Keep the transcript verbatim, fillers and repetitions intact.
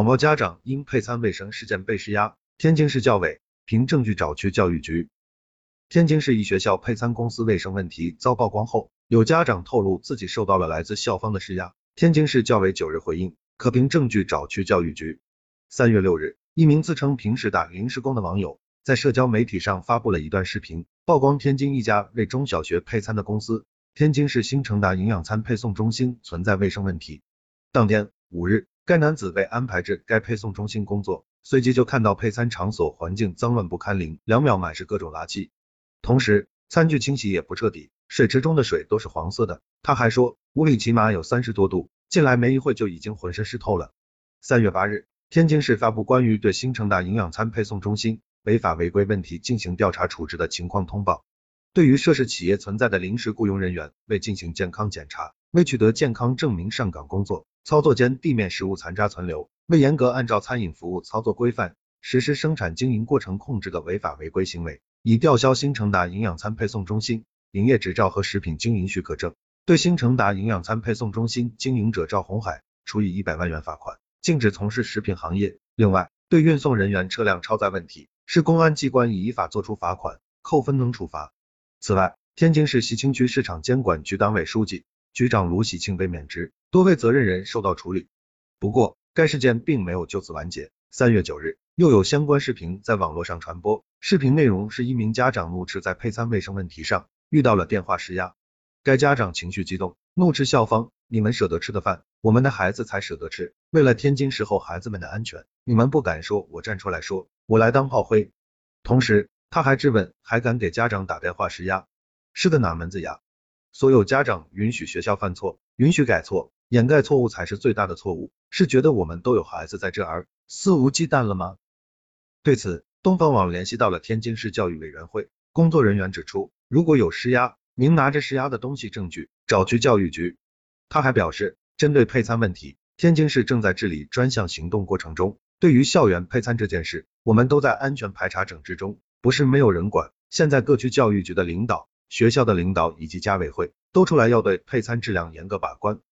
某家长因配餐卫生事件被施压，天津市教委凭证据找去教育局。天津市一学校配餐公司卫生问题遭曝光后，有家长透露自己受到了来自校方的施压，天津市教委九日回应，可凭证据找去教育局。三月六日，一名自称平时打临时工的网友在社交媒体上发布了一段视频，曝光天津一家为中小学配餐的公司天津市新城达营养餐配送中心存在卫生问题。当天五日，该男子被安排至该配送中心工作，随即就看到配餐场所环境脏乱不堪，零两秒满是各种垃圾，同时餐具清洗也不彻底，水池中的水都是黄色的。他还说屋里起码有三十多度，进来没一会就已经浑身湿透了。三月八日，天津市发布关于对新城达营养餐配送中心违法违规问题进行调查处置的情况通报。对于涉事企业存在的临时雇佣人员未进行健康检查，未取得健康证明上岗工作，操作间地面食物残渣残留，未严格按照餐饮服务操作规范实施生产经营过程控制的违法违规行为，已吊销新城达营养餐配送中心营业执照和食品经营许可证，对新城达营养餐配送中心经营者赵红海处以一百万元罚款，禁止从事食品行业。另外，对运送人员车辆超载问题，市公安机关已依法作出罚款、扣分等处罚。此外，天津市西青区市场监管局党委书记、局长卢喜庆被免职，多位责任人受到处理。不过，该事件并没有就此完结。三月九日，又有相关视频在网络上传播，视频内容是一名家长怒斥在配餐卫生问题上遇到了电话施压。该家长情绪激动，怒斥校方，你们舍得吃的饭，我们的孩子才舍得吃，为了天津市后孩子们的安全，你们不敢说，我站出来说，我来当炮灰。同时，他还质问，还敢给家长打电话施压，是个哪门子呀？所有家长允许学校犯错，允许改错，掩盖错误才是最大的错误，是觉得我们都有孩子在这儿，肆无忌惮了吗？对此，东方网联系到了天津市教育委员会，工作人员指出，如果有施压，您拿着施压的东西证据找去教育局。他还表示，针对配餐问题，天津市正在治理专项行动过程中，对于校园配餐这件事，我们都在安全排查整治中，不是没有人管，现在各区教育局的领导、学校的领导以及家委会都出来要对配餐质量严格把关，